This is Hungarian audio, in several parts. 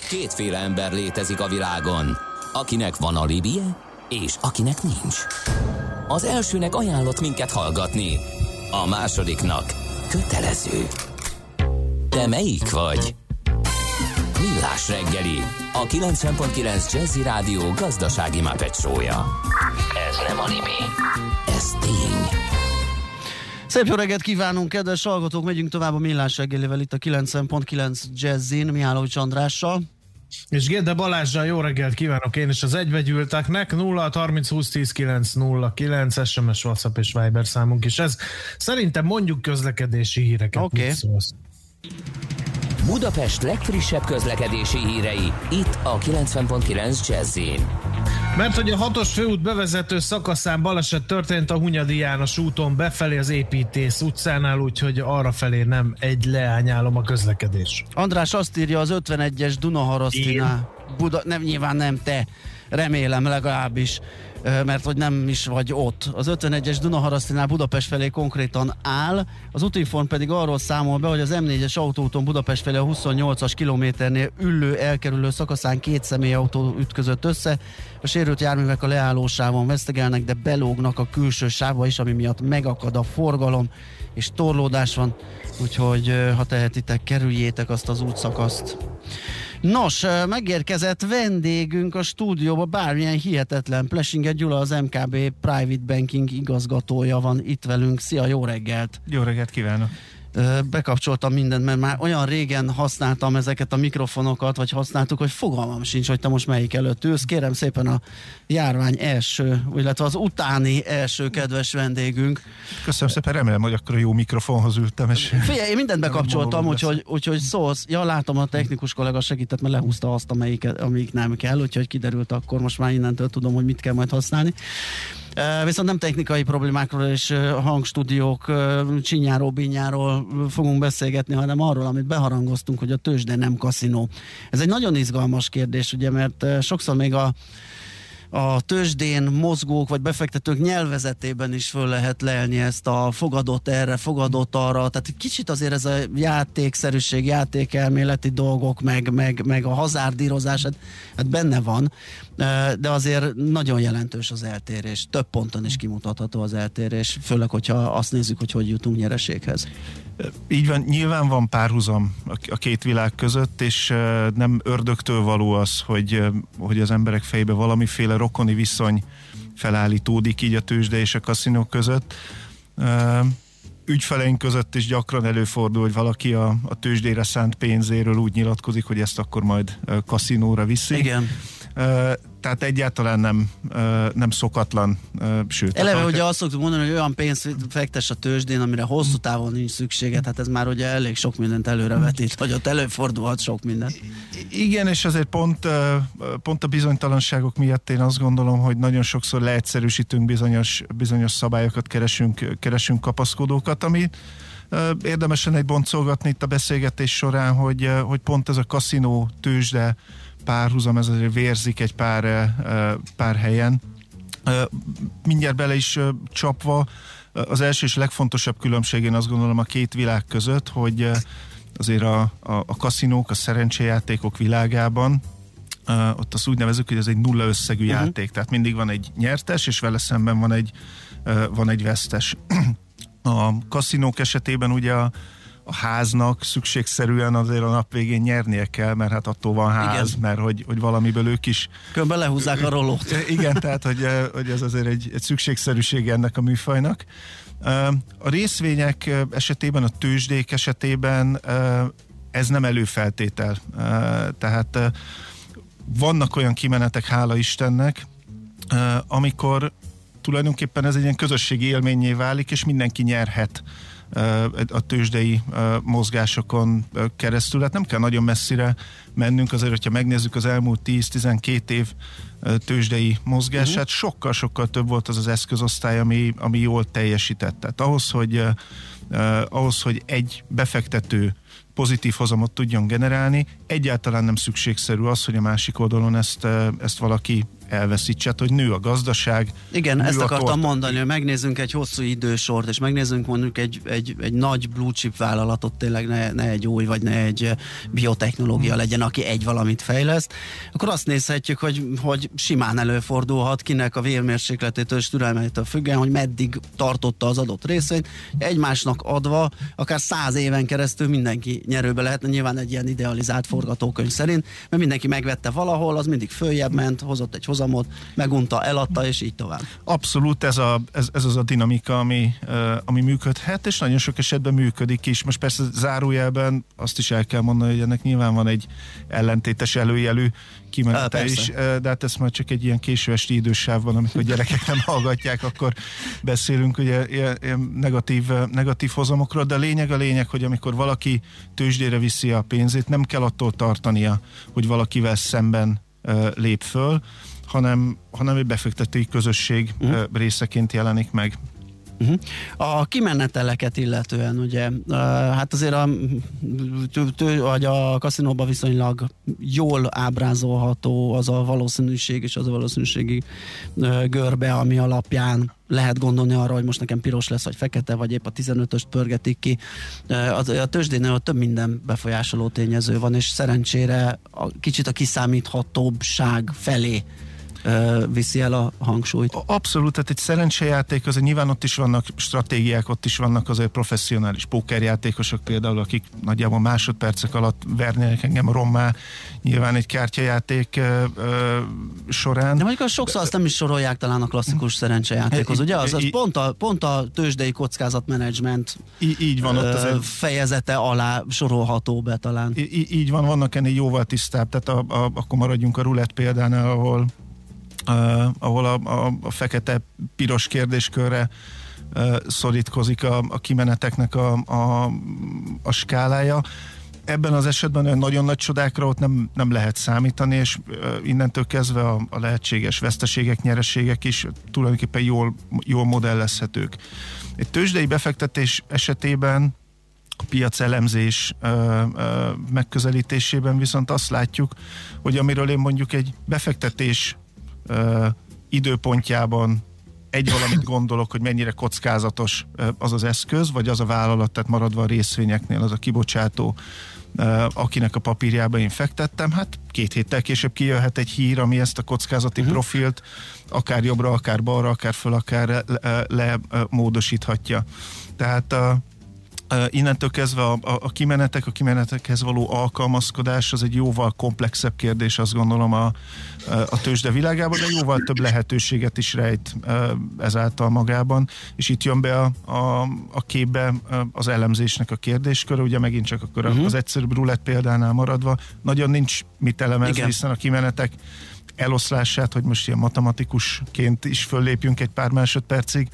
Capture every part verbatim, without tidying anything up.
Kétféle ember létezik a világon, akinek van alibije, és akinek nincs. Az elsőnek ajánlott minket hallgatni, a másodiknak kötelező. Te melyik vagy? Millás reggeli, a kilencven pont kilenc Jazzy Rádió gazdasági Muppet show-ja. Ez nem anime, ez tény. Szép jó reggelt kívánunk, kedves hallgatók! Megyünk tovább a Millás reggelivel itt a kilencven pont kilenc Jazzin, Mihálovics Andrással. És Gédde Balázsral jó reggelt kívánok én is az egyvegyülteknek. Nulla harminc húsz tíz kilenc nulla kilenc es em es, WhatsApp és Viber számunk is ez. Szerintem mondjuk közlekedési híreket. Oké. Okay. Budapest legfrissebb közlekedési hírei, itt a kilencven pont kilenc Jazzin. Mert hogy a hatos főút bevezető szakaszán baleset történt a Hunyadi János úton befelé az Építész utcánál, úgyhogy arrafelé nem egy leányálom a közlekedés. András azt írja, az ötvenegyes Dunaharasztinál, Buda, nem, nyilván nem te, remélem legalábbis, mert hogy nem is vagy ott. Az ötvenegyes Dunaharasztinál Budapest felé konkrétan áll, az Útinform pedig arról számol be, hogy az em négyes autóúton Budapest felé a huszonnyolcas kilométernél ülő elkerülő szakaszán két személyautó ütközött össze. A sérült járművek a leállósávon vesztegelnek, de belógnak a külső sávba is, ami miatt megakad a forgalom, és torlódás van, úgyhogy ha tehetitek, kerüljétek azt az útszakaszt. Nos, megérkezett vendégünk a stúdióba, bármilyen hihetetlen. Plesinger Gyula, az em ká bé Private Banking igazgatója van itt velünk. Szia, jó reggelt! Jó reggelt kívánok! Bekapcsoltam mindent, mert már olyan régen használtam ezeket a mikrofonokat, vagy használtuk, hogy fogalmam sincs, hogy te most melyik előtt ülsz. Kérem szépen a járvány első, illetve az utáni első kedves vendégünk. Köszönöm szépen, remélem, hogy akkor a jó mikrofonhoz ültem. És figyelj, én mindent bekapcsoltam, úgyhogy, úgyhogy szólsz. Ja, látom, a technikus kollega segített, mert lehúzta azt, amelyik, amelyik nem kell, úgyhogy kiderült, akkor most már innentől tudom, hogy mit kell majd használni. Uh, viszont nem technikai problémákról és uh, hangstúdiók uh, csinyáról, binyáról fogunk beszélgetni, hanem arról, amit beharangoztunk, hogy a tőzsde nem kaszinó. Ez egy nagyon izgalmas kérdés, ugye, mert uh, sokszor még a a tőzsdén mozgók vagy befektetők nyelvezetében is föl lehet lelni ezt a fogadott erre, fogadott arra, tehát kicsit azért ez a játékszerűség, játékelméleti dolgok, meg, meg, meg a hazárdírozás, hát, hát benne van, de azért nagyon jelentős az eltérés, több ponton is kimutatható az eltérés, főleg, hogyha azt nézzük, hogy hogy jutunk nyereséghez. Így van, nyilván van párhuzam a két világ között, és nem ördögtől való az, hogy, hogy az emberek fejbe valamiféle rokoni viszony felállítódik így a tőzsde és a kaszinó között. Ügyfeleink között is gyakran előfordul, hogy valaki a, a tőzsdére szánt pénzéről úgy nyilatkozik, hogy ezt akkor majd kaszinóra viszi. Igen. Tehát egyáltalán nem, nem szokatlan, sőt. Eleve ugye azt szoktuk mondani, hogy olyan pénzt fektess a tőzsdén, amire hosszú távon nincs szüksége, hát ez már ugye elég sok mindent előrevetít, vagy ott előfordulhat sok minden. Igen, és azért pont, pont a bizonytalanságok miatt én azt gondolom, hogy nagyon sokszor leegyszerűsítünk bizonyos, bizonyos szabályokat, keresünk, keresünk kapaszkodókat, ami érdemesen egy boncolgatni itt a beszélgetés során, hogy, hogy pont ez a kaszinó tőzsde párhuzam, ez azért vérzik egy pár, pár helyen. Mindjárt bele is csapva, az első és legfontosabb különbség, én azt gondolom, a két világ között, hogy azért a, a, a kaszinók, a szerencsejátékok világában ott azt úgy nevezzük, hogy ez egy nulla összegű uh-huh. játék, tehát mindig van egy nyertes, és vele szemben van egy, van egy vesztes. A kaszinók esetében ugye a a háznak szükségszerűen azért a nap végén nyernie kell, mert hát attól van ház, igen. mert hogy, hogy valamiből ők is... Különben lehúzzák a rolót. Igen, tehát hogy, hogy ez azért egy, egy szükségszerűség ennek a műfajnak. A részvények esetében, a tőzsdék esetében ez nem előfeltétel. Tehát vannak olyan kimenetek, hála Istennek, amikor tulajdonképpen ez egy ilyen közösségi élménnyé válik, és mindenki nyerhet a tőzsdei mozgásokon keresztül. Hát nem kell nagyon messzire mennünk, azért, hogyha megnézzük az elmúlt tíz-tizenkét év tőzsdei mozgását, uh-huh. sokkal-sokkal több volt az az eszközosztály, ami, ami jól teljesített. Tehát ahhoz, hogy, eh, ahhoz, hogy egy befektető pozitív hozamot tudjon generálni, egyáltalán nem szükségszerű az, hogy a másik oldalon ezt, ezt valaki elveszítse, hogy nő a gazdaság. Igen, ezt akartam torta. mondani, hogy megnézzünk egy hosszú idősort, és megnézzünk mondjuk egy, egy, egy nagy blue chip vállalatot, tényleg ne, ne egy új, vagy ne egy biotechnológia hmm. legyen, aki egy valamit fejleszt, akkor azt nézhetjük, hogy, hogy simán előfordulhat, kinek a vérmérsékletétől és türelmétől függően, hogy meddig tartotta az adott részvényt, egymásnak adva, akár száz éven keresztül mindenki nyerőbe lehetne, nyilván egy ilyen idealizált forgatókönyv szerint, mert mindenki megvette valahol, az mindig följebb ment, hozott egy hozamot, megunta, eladta, és így tovább. Abszolút ez, a, ez, ez az a dinamika, ami, ami működhet, és nagyon sok esetben működik is. Most persze zárójelben azt is el kell mondani, hogy ennek nyilván van egy ellentétes előjelű kimenete is, de hát ez már csak egy ilyen késő esti idősávban, amikor gyerekek nem hallgatják, akkor beszélünk ugye ilyen negatív, negatív hozamokról, de a lényeg a lényeg, hogy amikor valaki tőzsdére viszi a pénzét, nem kell attól tartania, hogy valakivel szemben uh, lép föl, hanem, hanem egy befektetői közösség uh-huh. uh, részeként jelenik meg. Uh-huh. A kimeneteleket illetően ugye, uh, hát azért a, tő, tő, vagy a kaszinóban viszonylag jól ábrázolható az a valószínűség és az a valószínűségi uh, görbe, ami alapján lehet gondolni arra, hogy most nekem piros lesz, vagy fekete, vagy épp a tizenötöst pörgetik ki. Uh, a, a tőzsdénél több minden befolyásoló tényező van, és szerencsére a, kicsit a kiszámíthatóbbság felé viszi el a hangsúlyt. Abszolút, tehát egy szerencsejáték, azért nyilván ott is vannak stratégiák, ott is vannak azért professzionális pókerjátékosok például, akik nagyjából másodpercek alatt vernének engem rommá, nyilván egy kártyajáték ö, ö, során. De mondjuk sokszor azt nem is sorolják talán a klasszikus szerencsejátékhoz, ugye? Az, az pont, a, pont a tőzsdei kockázatmenedzsment így, így van, ott azért fejezete alá sorolható be talán. Így, így van, vannak ennél jóval tisztább, tehát a, a, akkor maradjunk a rulett példánál, ahol Uh, ahol a, a, a fekete-piros kérdéskörre uh, szorítkozik a, a kimeneteknek a, a, a skálája. Ebben az esetben nagyon nagy csodákra ott nem, nem lehet számítani, és uh, innentől kezdve a, a lehetséges veszteségek, nyereségek is tulajdonképpen jól, jól modellezhetők. Egy tőzsdei befektetés esetében a piac elemzés ö, ö, megközelítésében viszont azt látjuk, hogy amiről én mondjuk egy befektetés ö, időpontjában egy valamit gondolok, hogy mennyire kockázatos ö, az az eszköz, vagy az a vállalat, tehát maradva a részvényeknél az a kibocsátó, ö, akinek a papírjába én fektettem, hát két héttel később kijöhet egy hír, ami ezt a kockázati uh-huh. profilt akár jobbra, akár balra, akár föl, akár lemódosíthatja. Le, le, Tehát a Uh, innentől kezdve a, a, a kimenetek, a kimenetekhez való alkalmazkodás az egy jóval komplexebb kérdés, azt gondolom a, a tőzsde világában, de jóval több lehetőséget is rejt uh, ezáltal magában, és itt jön be a, a, a képbe az elemzésnek a kérdésköre, ugye megint csak akkor uh-huh. az egyszerűbb rulett példánál maradva, nagyon nincs mit elemezni, igen. hiszen a kimenetek eloszlását, hogy most ilyen matematikusként is föllépjünk egy pár másodpercig,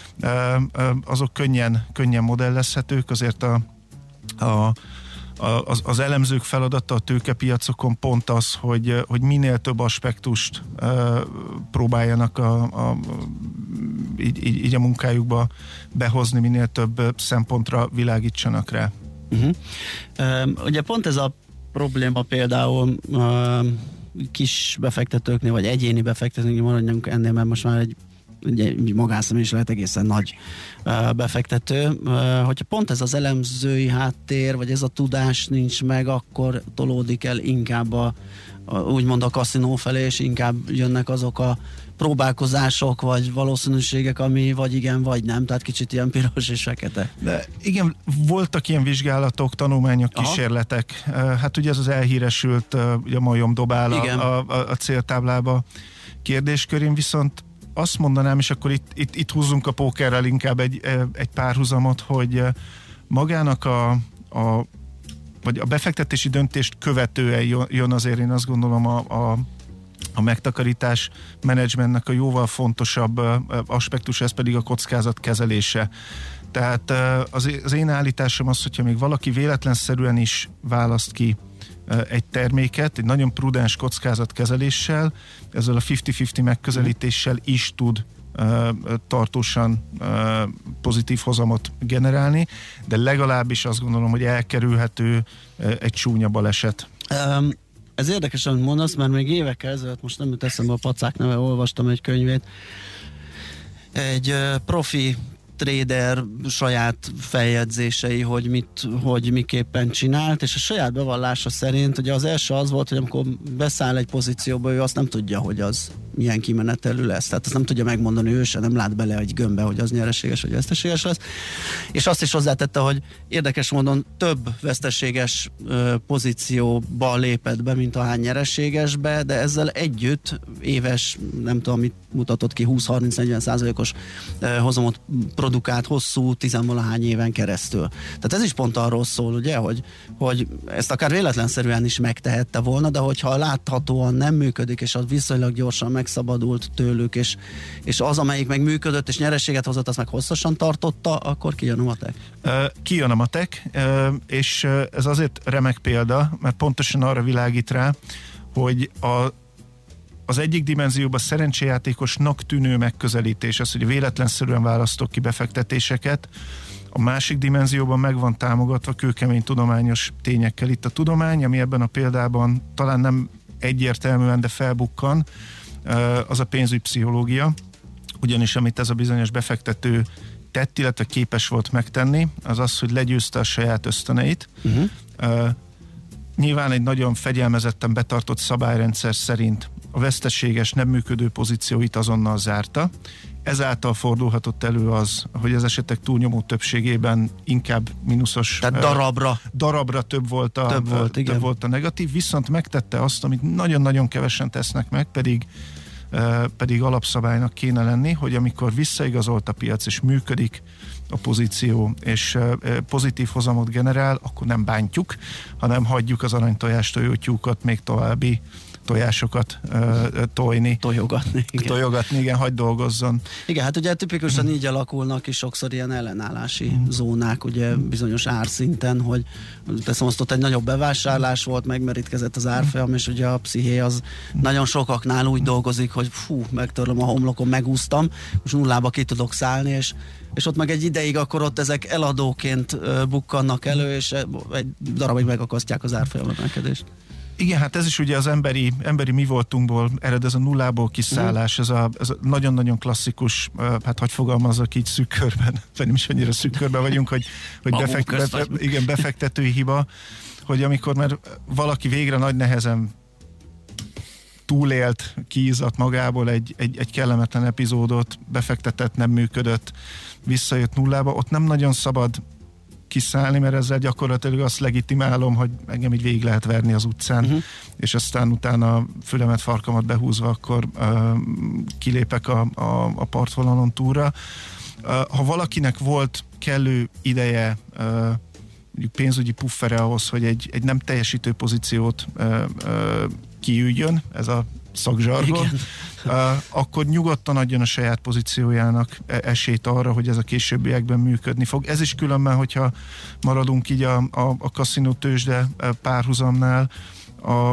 azok könnyen, könnyen modellezhetők, azért a, a, az, az elemzők feladata a tőkepiacokon pont az, hogy, hogy minél több aspektust próbáljanak a, a, így, így, így a munkájukba behozni, minél több szempontra világítsanak rá. Uh-huh. Uh, ugye pont ez a probléma például uh, kis befektetőknél, vagy egyéni befektetőknél, maradjunk ennél, mert most már egy ugye magánszemély is lehet egészen nagy uh, befektető. Uh, hogyha pont ez az elemzői háttér, vagy ez a tudás nincs meg, akkor tolódik el inkább a, a, úgymond a kaszinó felé, és inkább jönnek azok a próbálkozások, vagy valószínűségek, ami vagy igen, vagy nem, tehát kicsit ilyen piros és fekete. De igen, voltak ilyen vizsgálatok, tanulmányok, aha. kísérletek. Uh, hát ugye ez az elhíresült, uh, ugye a majom dobál a, a, a céltáblába kérdéskörén, viszont azt mondanám, és akkor itt, itt, itt húzzunk a pókerrel inkább egy, egy párhuzamot, hogy magának a, a, vagy a befektetési döntést követően jön azért, én azt gondolom a, a, a megtakarítás menedzsmentnek a jóval fontosabb aspektus, ez pedig a kockázat kezelése. Tehát az, az én állításom az, hogyha még valaki véletlenszerűen is választ ki egy terméket, egy nagyon prudens kockázatkezeléssel, ezzel a fifty-fifty megközelítéssel is tud uh, tartósan uh, pozitív hozamot generálni, de legalábbis azt gondolom, hogy elkerülhető uh, egy csúnya baleset. Um. Ez érdekes, amit mondasz, mert még évekkel ezelőtt, most nem jut eszembe a Pacák neve, olvastam egy könyvét, egy profi trader saját feljegyzései, hogy mit, hogy miképpen csinált, és a saját bevallása szerint, ugye az első az volt, hogy amikor beszáll egy pozícióba, ő azt nem tudja, hogy az milyen kimenetelű lesz. Tehát azt nem tudja megmondani, ő se nem lát bele egy gömbbe, hogy az nyereséges vagy veszteséges lesz. És azt is hozzátette, hogy érdekes módon több veszteséges ö, pozícióba lépett be, mint ahány nyereségesbe, de ezzel együtt éves, nem tudom, mit mutatott ki, húsz-harminc-negyven százalékos ö, hozamot produkált hosszú, tizenvalahány éven keresztül. Tehát ez is pont arról szól, ugye, hogy, hogy ezt akár véletlenszerűen is megtehette volna, de hogyha láthatóan nem működik, és az viszonylag gyorsan megszabadult tőlük, és, és az, amelyik meg működött, és nyereséget hozott, az meg hosszasan tartotta, akkor kijön a matek. Kijön a matek, és ez azért remek példa, mert pontosan arra világít rá, hogy a az egyik dimenzióban szerencséjátékosnak tűnő megközelítés, az, hogy véletlenszerűen választok ki befektetéseket, a másik dimenzióban meg van támogatva kőkemény tudományos tényekkel. Itt a tudomány, ami ebben a példában talán nem egyértelműen, de felbukkan, az a pénzügypszichológia, ugyanis amit ez a bizonyos befektető tett, illetve képes volt megtenni, az az, hogy legyőzte a saját ösztöneit. Uh-huh. Nyilván egy nagyon fegyelmezetten betartott szabályrendszer szerint a veszteséges, nem működő pozícióit azonnal zárta. Ezáltal fordulhatott elő az, hogy az esetek túlnyomó többségében inkább mínuszos... Tehát darabra. Darabra több volt a, több volt, több igen. volt a negatív, viszont megtette azt, amit nagyon-nagyon kevesen tesznek meg, pedig, pedig alapszabálynak kéne lenni, hogy amikor visszaigazolt a piac és működik a pozíció, és pozitív hozamot generál, akkor nem bántjuk, hanem hagyjuk az aranytojás tojótyúkat még további tojásokat uh, tojni. Tojogatni. Igen. Tojogatni, igen, hagyd dolgozzon. Igen, hát ugye tipikusan így alakulnak is sokszor ilyen ellenállási mm. zónák, ugye bizonyos árszinten, hogy teszem azt, ott egy nagyobb bevásárlás volt, megmerítkezett az árfolyam, és ugye a psziché az nagyon sokaknál úgy dolgozik, hogy fú, megtörlöm a homlokon, megúsztam, most nullába ki tudok szállni, és és ott meg egy ideig akkor ott ezek eladóként uh, bukkannak elő, és egy darabig megakasztják az árfolyamlemelkedést. Igen, hát ez is ugye az emberi, emberi mi voltunkból ered, ez a nullából kiszállás, ez a, ez a nagyon-nagyon klasszikus, hát hogy fogalmazzak így szűk körben, vagy nem is annyira szűk körben vagyunk, hogy, hogy befekt, befe, igen, befektetői hiba, hogy amikor már valaki végre nagy nehezen túlélt, kiízadt magából egy, egy, egy kellemetlen epizódot, befektetett, nem működött, visszajött nullába, ott nem nagyon szabad kiszállni, mert ezzel gyakorlatilag azt legitimálom, hogy engem így végig lehet verni az utcán, uh-huh. és aztán utána fülemet, farkamat behúzva, akkor uh, kilépek a, a, a partvonalon túlra. Uh, ha valakinek volt kellő ideje, uh, mondjuk pénzügyi puffere ahhoz, hogy egy, egy nem teljesítő pozíciót uh, uh, kiüljön, ez a szakzsargon, uh, akkor nyugodtan adjon a saját pozíciójának esélyt arra, hogy ez a későbbiekben működni fog. Ez is különben, hogyha maradunk így a, a, a kaszinó tőzsde párhuzamnál, a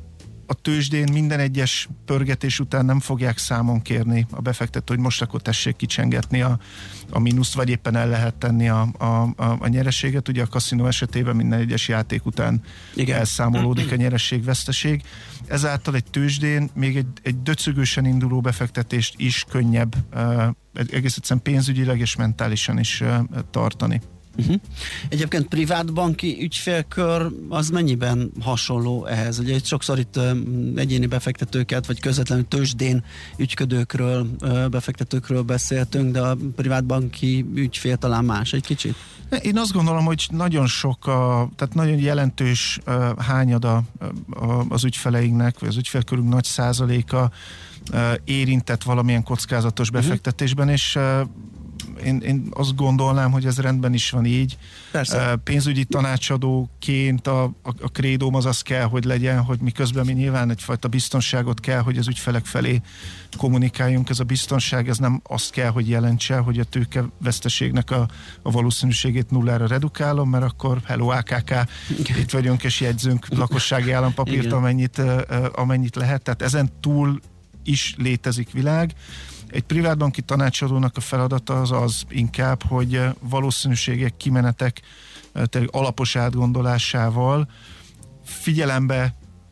a tőzsdén minden egyes pörgetés után nem fogják számon kérni a befektető, hogy most akkor tessék kicsengetni a, a mínuszt, vagy éppen el lehet tenni a, a, a, a nyereséget. Ugye a kaszinó esetében minden egyes játék után igen. elszámolódik a nyereség-veszteség. Ezáltal egy tőzsdén még egy, egy döcögősen induló befektetést is könnyebb uh, egész egyszerűen pénzügyileg és mentálisan is uh, tartani. Uh-huh. Egyébként privátbanki ügyfélkör az mennyiben hasonló ehhez? Ugye itt sokszor itt uh, egyéni befektetőket, vagy közvetlenül tőzsdén ügyködőkről, uh, befektetőkről beszéltünk, de a privátbanki ügyfél talán más egy kicsit? Én azt gondolom, hogy nagyon sok, a, tehát nagyon jelentős uh, hányada uh, az ügyfeleinknek, vagy az ügyfélkörünk nagy százaléka uh, érintett valamilyen kockázatos befektetésben, uh-huh. és uh, Én, én azt gondolnám, hogy ez rendben is van így. Persze. Pénzügyi tanácsadóként a, a, a krédóm az az kell, hogy legyen, hogy miközben mi nyilván egyfajta biztonságot kell, hogy az ügyfelek felé kommunikáljunk. Ez a biztonság, ez nem azt kell, hogy jelentse, hogy a tőkeveszteségnek a, a valószínűségét nullára redukálom, mert akkor hello á ká ká, igen. itt vagyunk és jegyzünk lakossági állampapírt, amennyit, amennyit lehet. Tehát ezen túl is létezik világ. Egy privátbanki tanácsadónak a feladata az az inkább, hogy valószínűségek, kimenetek alapos átgondolásával figyelembe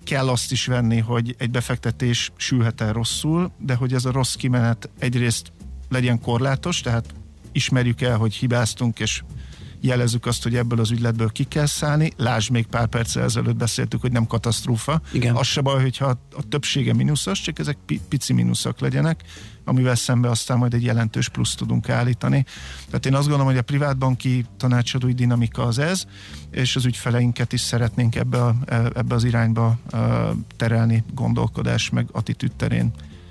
kell azt is venni, hogy egy befektetés sülhet el rosszul, de hogy ez a rossz kimenet egyrészt legyen korlátos, tehát ismerjük el, hogy hibáztunk, és jelezzük azt, hogy ebből az ügyletből ki kell szállni. Lásd, még pár perccel ezelőtt beszéltük, hogy nem katasztrófa. Igen. Az se baj, hogyha a többsége mínuszos, csak ezek pici mínuszok legyenek, amivel szembe aztán majd egy jelentős plusz tudunk állítani. Tehát én azt gondolom, hogy a privátbanki tanácsadói dinamika az ez, és az ügyfeleinket is szeretnénk ebbe, a, ebbe az irányba terelni gondolkodás meg attitűd terén.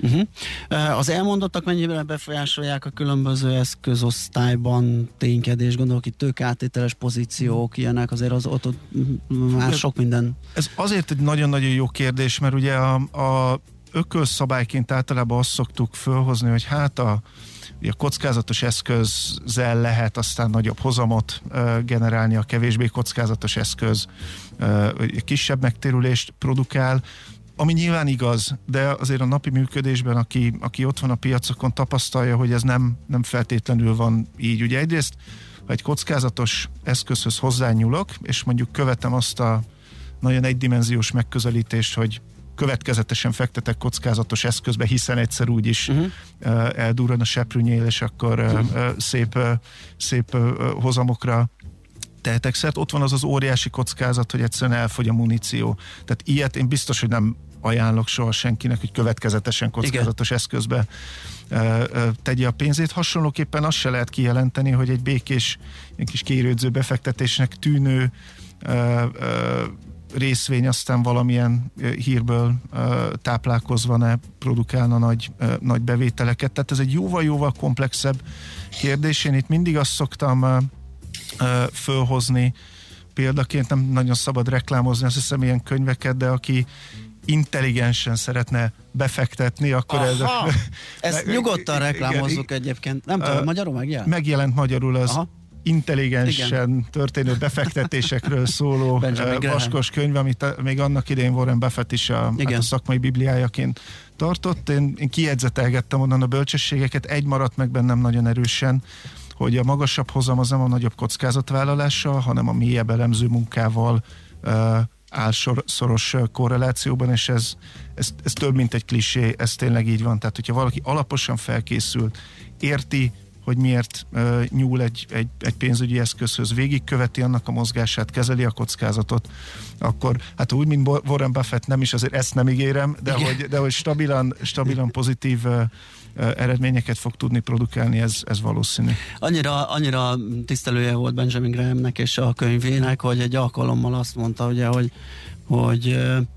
Uh-huh. Az elmondottak mennyivel befolyásolják a különböző eszközosztályban ténykedés, gondolok itt tőkeáttételes pozíciók, ilyenek, azért az ott, ott már sok minden. Ez azért egy nagyon-nagyon jó kérdés, mert ugye a, a ökölszabályként általában azt szoktuk fölhozni, hogy hát a, a kockázatos eszközzel lehet aztán nagyobb hozamot uh, generálni, a kevésbé kockázatos eszköz uh, kisebb megtérülést produkál, ami nyilván igaz, de azért a napi működésben, aki, aki ott van a piacokon, tapasztalja, hogy ez nem, nem feltétlenül van így. Ugye egyrészt, ha egy kockázatos eszközhöz hozzányúlok, és mondjuk követem azt a nagyon egydimenziós megközelítést, hogy következetesen fektetek kockázatos eszközbe, hiszen egyszer úgyis uh-huh. uh, eldurran a seprűnyél, és akkor uh, uh, szép, uh, szép uh, hozamokra tehetek szert. Ott van az az óriási kockázat, hogy egyszerűen elfogy a muníció. Tehát ilyet én biztos, hogy nem ajánlok soha senkinek, hogy következetesen kockázatos Igen. eszközbe uh, uh, tegye a pénzét. Hasonlóképpen azt se lehet kijelenteni, hogy egy békés, egy kis kérődző befektetésnek tűnő uh, uh, részvény aztán valamilyen hírből uh, táplálkozva ne produkálna nagy, uh, nagy bevételeket. Tehát ez egy jóval-jóval komplexebb kérdés. Én itt mindig azt szoktam uh, uh, fölhozni példaként, nem nagyon szabad reklámozni, azt hiszem ilyen könyveket, de aki intelligensen szeretne befektetni, akkor Aha, ez... ezt nyugodtan reklámozzuk igen, egyébként. Nem tudom, uh, magyarul megjelent? Megjelent magyarul az Aha. intelligensen Igen. történő befektetésekről szóló vaskos könyv, amit még annak idején Warren Buffett is a, hát a szakmai bibliájaként tartott. Én, én kijegyzetelgettem onnan a bölcsességeket, egy maradt meg bennem nagyon erősen, hogy a magasabb hozam az nem a nagyobb kockázatvállalással, hanem a mélyebb elemző munkával uh, áll sor, szoros korrelációban, és ez, ez, ez több, mint egy klisé, ez tényleg így van. Tehát, hogyha valaki alaposan felkészült, érti, hogy miért uh, nyúl egy, egy, egy pénzügyi eszközhöz, végigköveti annak a mozgását, kezeli a kockázatot, akkor hát úgy, mint Warren Buffett, nem is azért ezt nem ígérem, de, hogy, de hogy stabilan, stabilan pozitív uh, eredményeket fog tudni produkálni, ez, ez valószínű. Annyira, annyira tisztelője volt Benjamin Grahamnek és a könyvének, hogy egy alkalommal azt mondta, ugye, hogy, hogy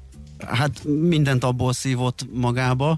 hát mindent abból szívott magába,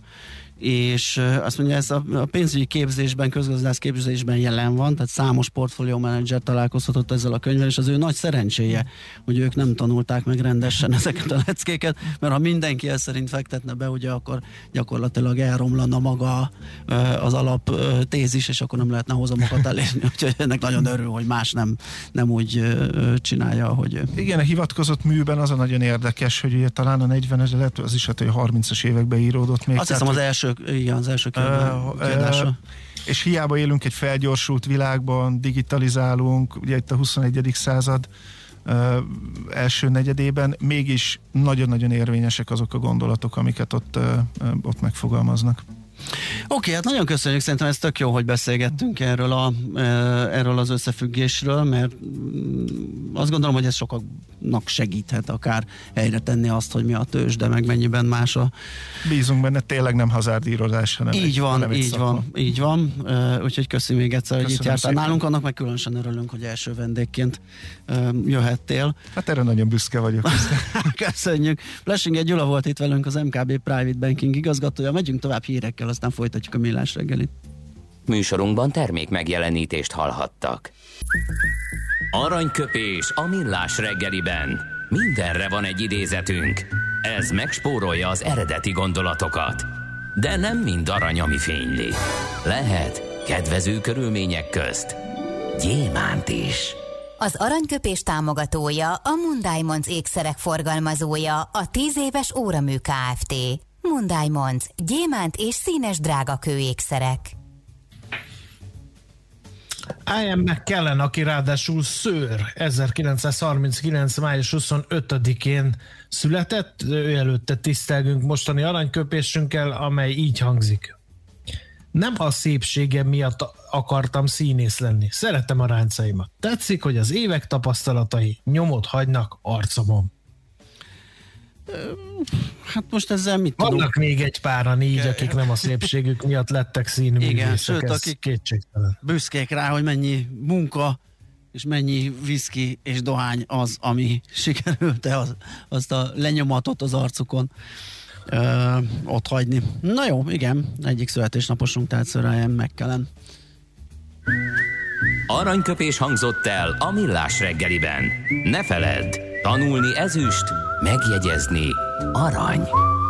és azt mondja, ez a pénzügyi képzésben, közgazdász képzésben jelen van, tehát számos portfólió menedzser találkozhatott ezzel a könyvvel, és az ő nagy szerencséje, hogy ők nem tanulták meg rendesen ezeket a leckéket, mert ha mindenki ezt szerint fektetne be, ugye akkor gyakorlatilag elromlana maga az alap tézis, és akkor nem lehetne hozamokat elérni, úgyhogy ennek nagyon örül, hogy más nem, nem úgy csinálja, ahogy ő. Igen, a hivatkozott műben az a nagyon érdekes, hogy ugye talán a negyvenes, lehet az is, hát, hogy a harmincas években íródott még. Azt hiszem az első igen, az első kiadása. Uh, uh, és hiába élünk egy felgyorsult világban, digitalizálunk, ugye itt a huszonegyedik század uh, első negyedében, mégis nagyon-nagyon érvényesek azok a gondolatok, amiket ott, uh, ott megfogalmaznak. Oké, okay, hát nagyon köszönjük, szerintem ez tök jó, hogy beszélgettünk erről, a, erről az összefüggésről, mert azt gondolom, hogy ez sokaknak segíthet akár helyre tenni azt, hogy mi a tőzs, de meg mennyiben más a... Bízunk benne, tényleg nem hazárdírozás, hanem így egy, van, hanem így van, így van, úgyhogy köszönjük még egyszer, hogy itt jártál nálunk, annak meg különösen örülünk, hogy első vendégként jöhettél. Hát erre nagyon büszke vagyok. Köszönjük. Flesinger Gyula volt itt velünk, az em ká bé Private Banking igazgatója, megyünk tovább hírekkel, aztán folytatjuk a Millás reggelit. Műsorunkban termék megjelenítést hallhattak. Aranyköpés a Millás reggeliben. Mindenre van egy idézetünk. Ez megspórolja az eredeti gondolatokat. De nem mind arany, ami fényli. Lehet kedvező körülmények közt gyémánt is. Az aranyköpés támogatója a Moon Diamonds ékszerek forgalmazója, a tíz éves Óramű Kft. Moon Diamonds, gyémánt és színes drágakő ékszerek. Ian McKellen, aki ráadásul Sir ezerkilencszázharminckilenc. május huszonötödikén született, ő előtte tisztelgünk mostani aranyköpésünkkel, amely így hangzik. Nem a szépségem miatt akartam színész lenni. Szeretem a ráncaimat. Tetszik, hogy az évek tapasztalatai nyomot hagynak arcomon. Hát most ezzel mit Vannak tudunk? még egy páran így, akik nem a szépségük miatt lettek színművészek. Igen, sőt, ez akik kétségtelen. büszkék rá, hogy mennyi munka és mennyi viszki és dohány az, ami sikerült-e az, azt a lenyomatot az arcukon ö, ott hagyni. Na jó, igen, egyik születésnaposunk, tehát Sir Ian McKellen. Aranyköpés hangzott el a Millás reggeliben. Ne feledd, tanulni ezüst, megjegyezni arany.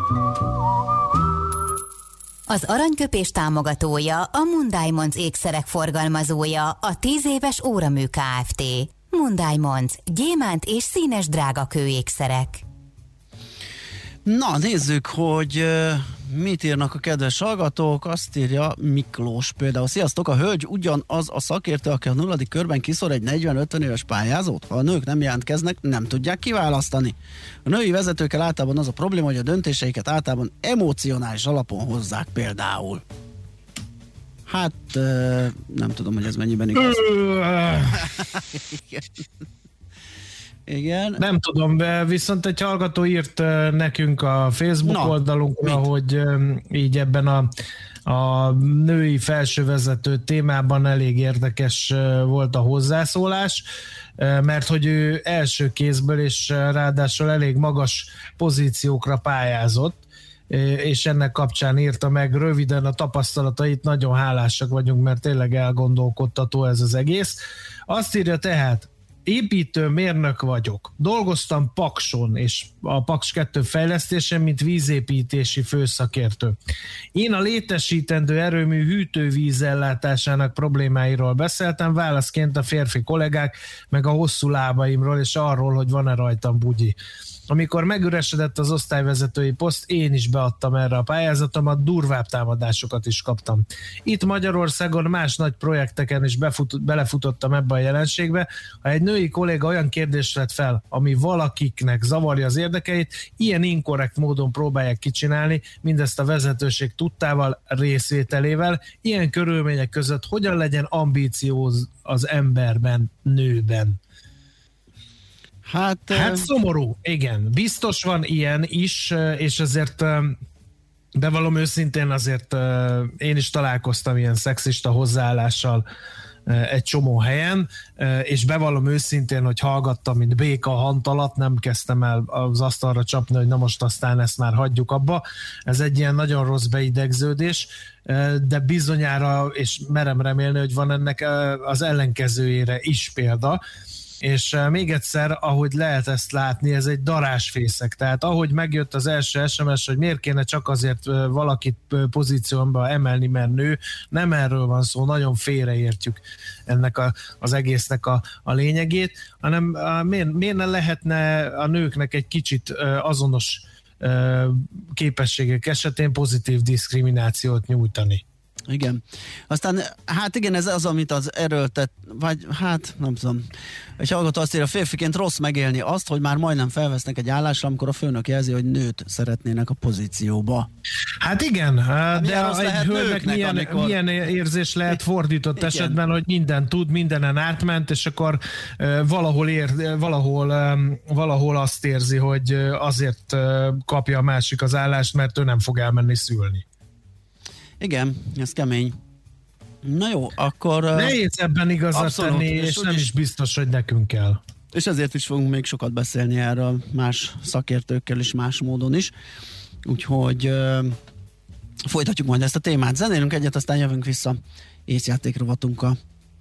Az aranyköpés támogatója a Mundiamonds ékszerek forgalmazója, a tíz éves óramű Kft. Mundiamonds, gyémánt és színes drágakő ékszerek. Na, nézzük, hogy uh, mit írnak a kedves hallgatók. Azt írja Miklós például. Sziasztok, a hölgy ugyanaz a szakértő, aki a nulladik körben kiszor egy negyven-ötven éves pályázót. Ha a nők nem jelentkeznek, nem tudják kiválasztani. A női vezetőkkel általában az a probléma, hogy a döntéseiket általában emocionális alapon hozzák például. Hát, uh, nem tudom, hogy ez mennyiben igaz. Igen. Igen. Nem tudom, viszont egy hallgató írt nekünk a Facebook Na, oldalunkra, mit? hogy így ebben a, a női felsővezető témában elég érdekes volt a hozzászólás, mert hogy ő első kézből és ráadásul elég magas pozíciókra pályázott, és ennek kapcsán írta meg röviden a tapasztalatait, nagyon hálásak vagyunk, mert tényleg elgondolkodtató ez az egész. Azt írja tehát: építő mérnök vagyok. Dolgoztam Pakson és a Paks kettő fejlesztésen, mint vízépítési főszakértő. Én a létesítendő erőmű hűtővízellátásának problémáiról beszéltem, válaszként a férfi kollégák, meg a hosszú lábaimról, és arról, hogy van-e rajtam bugyi. Amikor megüresedett az osztályvezetői poszt, én is beadtam erre a pályázatomat, durvább támadásokat is kaptam. Itt Magyarországon más nagy projekteken is befut, belefutottam ebbe a jelenségbe. Ha egy női kolléga olyan kérdést vett fel, ami valakiknek zavarja az érdekeit, ilyen inkorrekt módon próbálják kicsinálni, mindezt a vezetőség tudtával, részvételével. Ilyen körülmények között hogyan legyen ambícióz az emberben, nőben? Hát, hát szomorú, igen. Biztos van ilyen is, és azért bevallom őszintén, azért én is találkoztam ilyen szexista hozzáállással egy csomó helyen, és bevallom őszintén, hogy hallgattam, mint béka hantalat, nem kezdtem el az asztalra csapni, hogy na most aztán ezt már hagyjuk abba. Ez egy ilyen nagyon rossz beidegződés, de bizonyára, és merem remélni, hogy van ennek az ellenkezőjére is példa. És még egyszer, ahogy lehet ezt látni, ez egy darásfészek. Tehát ahogy megjött az első es em es, hogy miért kéne csak azért valakit pozícióba emelni, mert nő, nem erről van szó, nagyon félreértjük ennek a, az egésznek a, a lényegét, hanem a, miért, miért ne lehetne a nőknek egy kicsit azonos képességek esetén pozitív diszkriminációt nyújtani. Igen. Aztán, hát igen, ez az, amit az erőltet, vagy hát nem tudom. Egy hallgató azt írja, férfiként rossz megélni azt, hogy már majdnem felvesznek egy állásra, amikor a főnök jelzi, hogy nőt szeretnének a pozícióba. Hát igen, de egy hölgynek milyen, amikor... milyen érzés lehet fordított igen. esetben, hogy minden tud, mindenen átment, és akkor uh, valahol, ér, valahol, um, valahol azt érzi, hogy azért uh, kapja a másik az állást, mert ő nem fog elmenni szülni. Igen, ez kemény. Na jó, akkor... Nehéz ebben igazat abszolút, tenni, és, és nem is biztos, hogy nekünk kell. És ezért is fogunk még sokat beszélni erről más szakértőkkel is, más módon is. Úgyhogy uh, folytatjuk majd ezt a témát. Zenélünk egyet, aztán jövünk vissza észjáték rovatunkkal.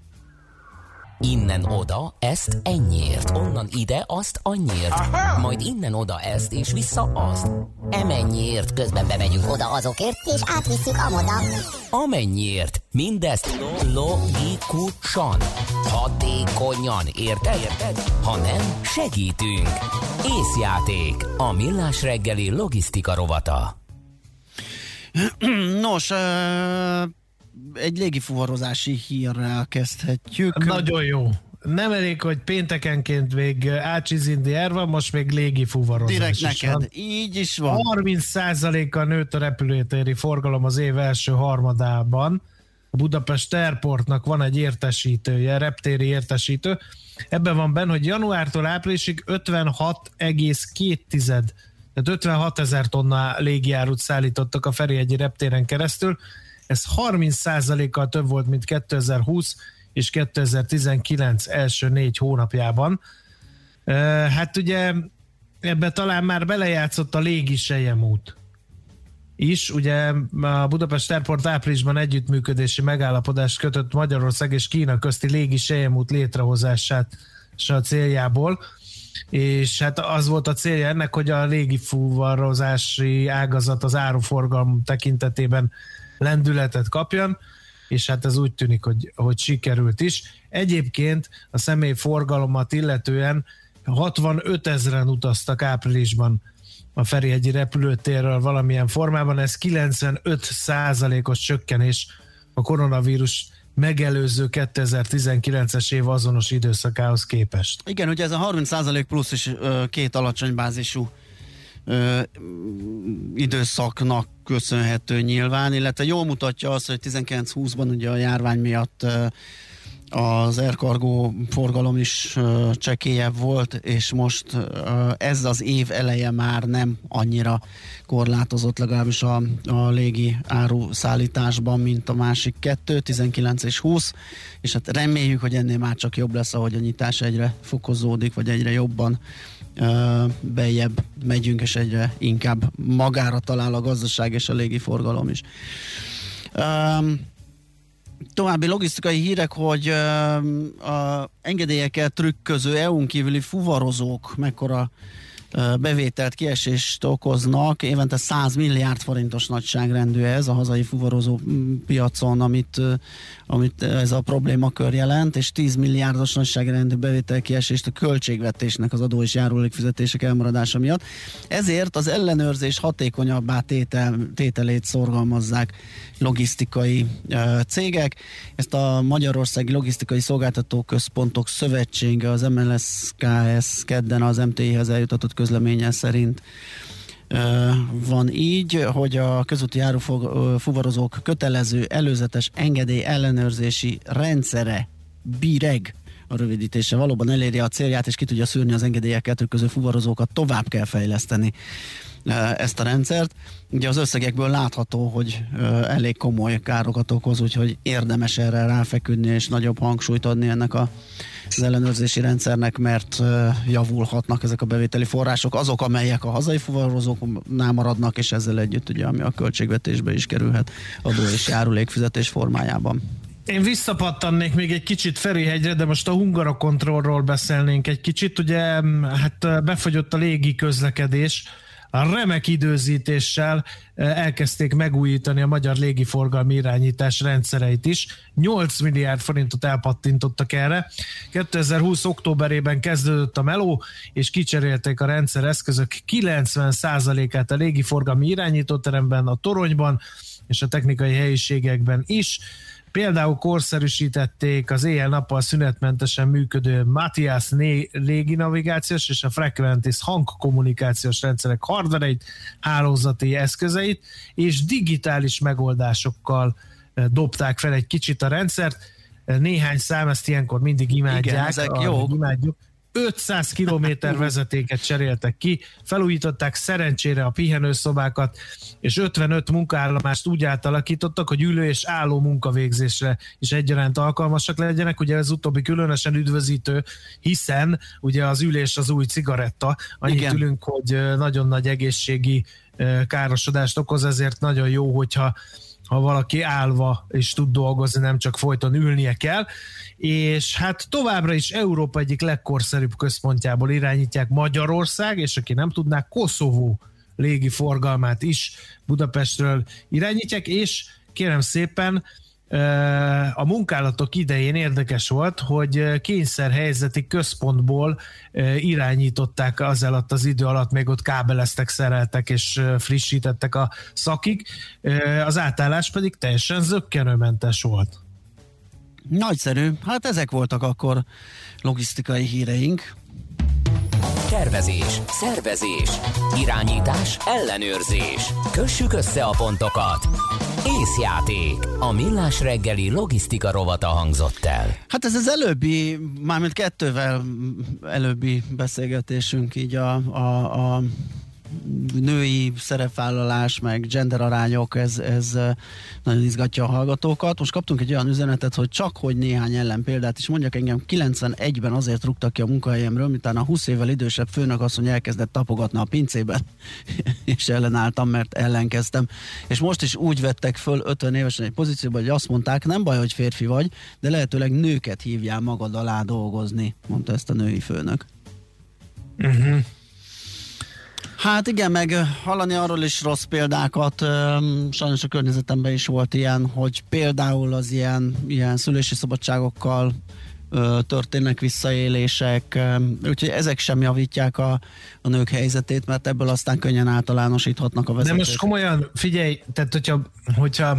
Innen oda, ezt ennyiért, onnan ide, azt annyiért, aha! Majd innen oda ezt, és vissza azt. Emennyiért, közben bemegyünk oda azokért, és átvisszük amoda. Amennyiért, mindezt logikusan, hatékonyan, érted? Érted? Ha nem, segítünk. Észjáték, a Millás reggeli logisztika rovata. Nos, uh... egy légifuvarozási hírrel kezdhetjük. Nagyon jó. Nem elég, hogy péntekenként még Ácsiz-Indi Air van, most még légifuvarozás. Direkt neked, van. Így is van. harminc százalékkal nőtt a repülőtéri forgalom az év első harmadában. A Budapest Airportnak van egy értesítője, reptéri értesítő. Ebben van benne, hogy januártól áprilisig ötvenhat egész két tized, tehát ötvenhat ezer tonna légiárut szállítottak a Ferihegyi reptéren keresztül. Ez harminc százalékkal több volt, mint kétezer-húsz és kétezer-tizenkilenc első négy hónapjában. Hát ugye ebbe talán már belejátszott a légi selyemút is. Ugye a Budapest Airport áprilisban együttműködési megállapodást kötött Magyarország és Kína közti légi selyemút létrehozását a céljából, és hát az volt a célja ennek, hogy a légifuvarozási ágazat az áruforgalom tekintetében lendületet kapjon, és hát ez úgy tűnik, hogy, hogy sikerült is. Egyébként a személyforgalomat illetően hatvanöt ezren utaztak áprilisban a Ferihegyi repülőtérről valamilyen formában, ez kilencvenöt százalékos csökkenés a koronavírus megelőző kétezer-tizenkilences év azonos időszakához képest. Igen, ugye ez a harminc százalék plusz is ö, két alacsony bázisú ö, időszaknak köszönhető nyilván, illetve jól mutatja azt, hogy tizenkilenc-húszban ugye a járvány miatt ö, az Air Cargo forgalom is uh, csekélyebb volt, és most uh, ez az év eleje már nem annyira korlátozott, legalábbis a, a légi áru szállításban, mint a másik kettő, tizenkilenc és húsz, és hát reméljük, hogy ennél már csak jobb lesz, ahogy a nyitás egyre fokozódik, vagy egyre jobban uh, bejebb megyünk, és egyre inkább magára talál a gazdaság és a légi forgalom is. Um, További logisztikai hírek, hogy uh, a engedélyekkel trükköző é u-n kívüli fuvarozók mekkora uh, bevételt, kiesést okoznak. Évente száz milliárd forintos nagyságrendű ez a hazai fuvarozó piacon, amit, uh, amit ez a problémakör jelent, és tíz milliárdos nagyságrendű bevétel kiesést a költségvetésnek az adó és járulékfizetések elmaradása miatt. Ezért az ellenőrzés hatékonyabbá tétel, tételét szorgalmazzák logisztikai uh, cégek. Ezt a Magyarországi Logisztikai Szolgáltató Központok Szövetsége, az em el es ká es kedden az em té i-hez eljutatott közleménye szerint uh, van így, hogy a közúti járófuvarozók kötelező előzetes engedély ellenőrzési rendszere, BIREG a rövidítése, valóban eléri a célját, és ki tudja szűrni az engedélyekkel trükköző fuvarozókat, tovább kell fejleszteni ezt a rendszert. Ugye az összegekből látható, hogy elég komoly károkat okoz, úgyhogy érdemes erre ráfeküdni, és nagyobb hangsúlyt adni ennek a, az ellenőrzési rendszernek, mert javulhatnak ezek a bevételi források, azok, amelyek a hazai fuvarozóknál maradnak, és ezzel együtt ugye, ami a költségvetésbe is kerülhet adó és járulékfizetés formájában. Én visszapattannék még egy kicsit Ferihegyre, de most a Hungara Controlról beszélnénk egy kicsit. Ugye hát befagyott a légi közlekedés, a remek időzítéssel elkezdték megújítani a magyar légiforgalmi irányítás rendszereit is. nyolc milliárd forintot elpattintottak erre. kétezer-húsz októberében kezdődött a meló, és kicserélték a rendszer eszközök kilencven százalékát a légiforgalmi irányítóteremben, a toronyban és a technikai helyiségekben is. Például korszerűsítették az éjjel-nappal szünetmentesen működő Matthias léginavigációs és a Frequentis hangkommunikációs rendszerek hardvereit, hálózati eszközeit, és digitális megoldásokkal dobták fel egy kicsit a rendszert. Néhány szám, ezt ilyenkor mindig imádják. Igen, ezek jó. Imádjuk. ötszáz kilométer vezetéket cseréltek ki, felújították szerencsére a pihenőszobákat, és ötvenöt munkaállomást úgy átalakítottak, hogy ülő és álló munkavégzésre is egyaránt alkalmasak legyenek. Ugye ez utóbbi különösen üdvözítő, hiszen ugye az ülés az új cigaretta. Annyit Igen. ülünk, hogy nagyon nagy egészségi károsodást okoz, ezért nagyon jó, hogyha ha valaki állva is tud dolgozni, nem csak folyton ülnie kell, és hát továbbra is Európa egyik legkorszerűbb központjából irányítják Magyarország, és aki nem tudná, Koszovó légi forgalmát is Budapestről irányítják, és kérem szépen a munkálatok idején érdekes volt, hogy kényszerhelyzeti központból irányították az alatt az idő alatt, még ott kábeleztek, szereltek és frissítettek a szakik, az átállás pedig teljesen zökkenőmentes volt. Nagyszerű, hát ezek voltak akkor logisztikai híreink. Tervezés, szervezés, irányítás, ellenőrzés. Kössük össze a pontokat. Észjáték. A Millás reggeli logisztika rovata hangzott el. Hát ez az előbbi, mármint kettővel előbbi beszélgetésünk így a, a, a női szerepvállalás, meg gender arányok, ez, ez nagyon izgatja a hallgatókat. Most kaptunk egy olyan üzenetet, hogy csak hogy néhány ellenpéldát is mondjak, engem kilencvenegyben azért rúgtak ki a munkahelyemről, miután a húsz évvel idősebb főnök asszony elkezdett tapogatni a pincében, és ellenálltam, mert ellenkeztem. És most is úgy vettek föl ötven évesen egy pozícióban, hogy azt mondták, nem baj, hogy férfi vagy, de lehetőleg nőket hívjál magad alá dolgozni, mondta ezt a női főnök. Uh-huh. Hát igen, meg hallani arról is rossz példákat, sajnos a környezetemben is volt ilyen, hogy például az ilyen, ilyen szülési szabadságokkal történnek visszaélések, úgyhogy ezek sem javítják a, a nők helyzetét, mert ebből aztán könnyen általánosíthatnak a vezetők. De most komolyan figyelj, tehát hogyha, hogyha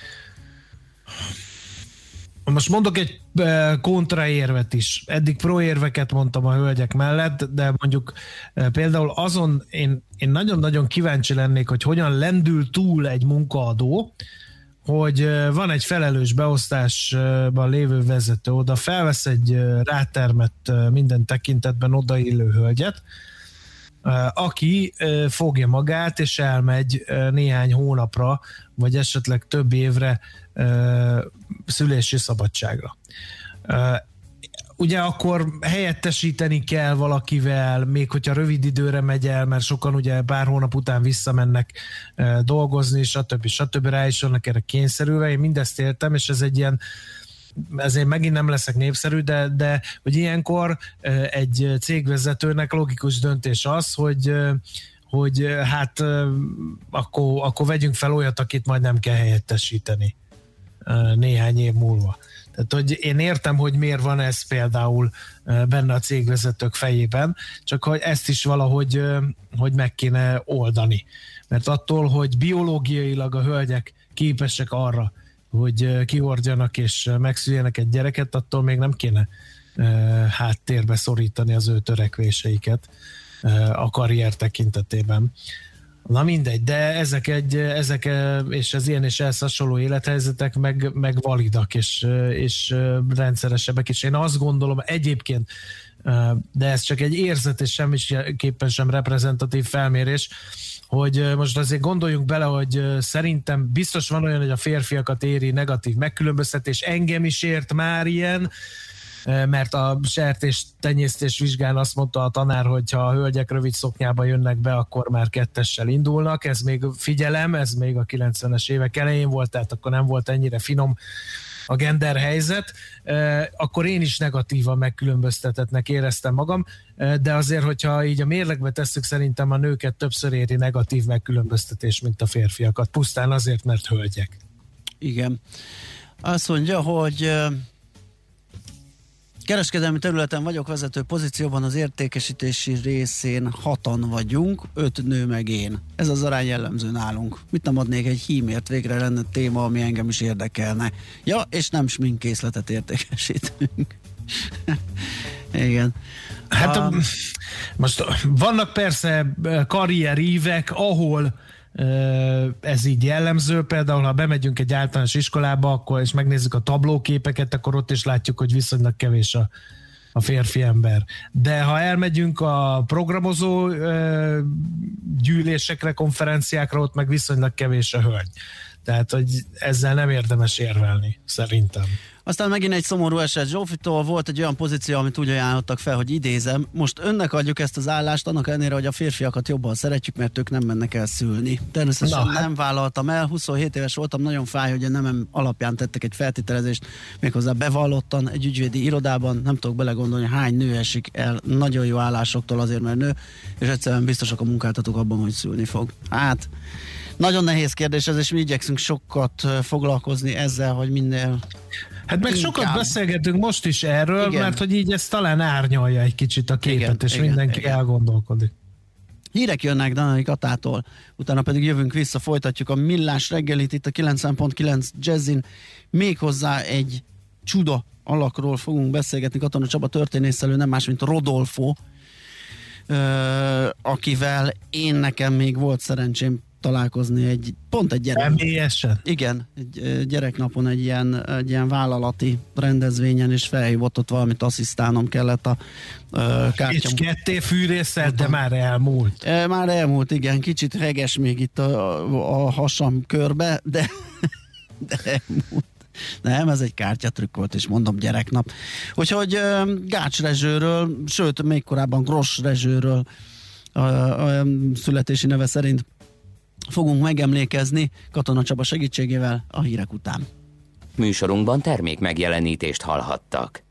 most mondok egy kontraérvet is. Eddig proérveket mondtam a hölgyek mellett, de mondjuk például azon én, én nagyon-nagyon kíváncsi lennék, hogy hogyan lendül túl egy munkaadó, hogy van egy felelős beosztásban lévő vezető, oda felvesz egy rátermett minden tekintetben odaillő hölgyet, aki fogja magát, és elmegy néhány hónapra, vagy esetleg több évre szülési szabadságra. Ugye akkor helyettesíteni kell valakivel, még hogyha rövid időre megy el, mert sokan ugye pár hónap után visszamennek dolgozni, stb. stb. Rá is vannak erre kényszerülve. Én mindezt értem, és ez egy ilyen, ezért megint nem leszek népszerű, de, de hogy ilyenkor egy cégvezetőnek logikus döntés az, hogy hogy hát akkor, akkor vegyünk fel olyat, akit majd nem kell helyettesíteni néhány év múlva. Tehát, hogy én értem, hogy miért van ez például benne a cégvezetők fejében, csak hogy ezt is valahogy hogy meg kéne oldani. Mert attól, hogy biológiailag a hölgyek képesek arra, hogy kihordjanak és megszüljenek egy gyereket, attól még nem kéne háttérbe szorítani az ő törekvéseiket a karrier tekintetében. Na mindegy, de ezek, egy, ezek és az ilyen és ehhez hasonló élethelyzetek meg, meg validak és, és rendszeresebbek, és én azt gondolom egyébként, de ez csak egy érzet és semmiképpen sem reprezentatív felmérés, hogy most azért gondoljunk bele, hogy szerintem biztos van olyan, hogy a férfiakat éri negatív megkülönböztetés, engem is ért már ilyen, mert a sertés tenyésztés vizsgán azt mondta a tanár, hogy ha a hölgyek rövid szoknyába jönnek be, akkor már kettessel indulnak. Ez még figyelem, ez még a kilencvenes évek elején volt, tehát akkor nem volt ennyire finom a gender helyzet. Akkor én is negatívan megkülönböztetetnek éreztem magam, de azért, hogyha így a mérlegbe tesszük, szerintem a nőket többször éri negatív megkülönböztetés, mint a férfiakat. Pusztán azért, mert hölgyek. Igen. Azt mondja, hogy kereskedelmi területen vagyok, vezető pozícióban, az értékesítési részén hatan vagyunk, öt nő meg én. Ez az arány jellemző nálunk. Mit nem adnék egy hímért, végre lenne téma, ami engem is érdekelne. Ja, és nem sminkkészletet értékesítünk. Igen. Hát um, most vannak persze karrierívek, ahol ez így jellemző, például ha bemegyünk egy általános iskolába, akkor és megnézzük a tablóképeket, akkor ott is látjuk, hogy viszonylag kevés a, a férfi ember. De ha elmegyünk a programozó gyűlésekre, konferenciákra, ott meg viszonylag kevés a hölgy. Tehát, hogy ezzel nem érdemes érvelni, szerintem. Aztán megint egy szomorú eset Zsófitól, volt egy olyan pozíció, amit úgy ajánlottak fel, hogy idézem, most önnek adjuk ezt az állást, annak ellenére, hogy a férfiakat jobban szeretjük, mert ők nem mennek el szülni. Természetesen Na, nem vállaltam el, huszonhét éves voltam, nagyon fáj, hogy a nemem alapján tettek egy feltételezést, méghozzá bevallottan egy ügyvédi irodában, nem tudok belegondolni, hány nő esik el nagyon jó állásoktól azért, mert nő, és egyszerűen biztosak a munkáltatók abban, hogy szülni fog. Hát Nagyon nehéz kérdés ez, és mi igyekszünk sokat foglalkozni ezzel, hogy minél Hát meg inkább. sokat beszélgetünk most is erről, igen. Mert hogy így ez talán árnyalja egy kicsit a képet, igen, és igen, mindenki igen. elgondolkodik. Hírek jönnek Danai Katától, utána pedig jövünk vissza, folytatjuk a Millás reggelit itt a kilencven pont kilenc Jazzin, méghozzá egy csuda alakról fogunk beszélgetni, Katona Csaba történészelő, nem más, mint Rodolfo, akivel én nekem még volt szerencsém találkozni egy, pont egy gyerek. Személyesen? Igen, egy gyereknapon egy ilyen, egy ilyen vállalati rendezvényen, és felhívott ott valamit, asszisztálnom kellett a uh, kártya. És ketté fűrészel, de már elmúlt. E, már elmúlt, igen, kicsit reges még itt a, a, a hasam körbe, de, de elmúlt. Nem, ez egy kártyatrükk volt, és mondom, gyereknap. Úgyhogy uh, Gács Rezsőről, sőt, még korábban Gross Rezsőről a, a, a születési neve szerint fogunk megemlékezni Katona Csaba segítségével a hírek után. Műsorunkban termék megjelenítést hallhattak.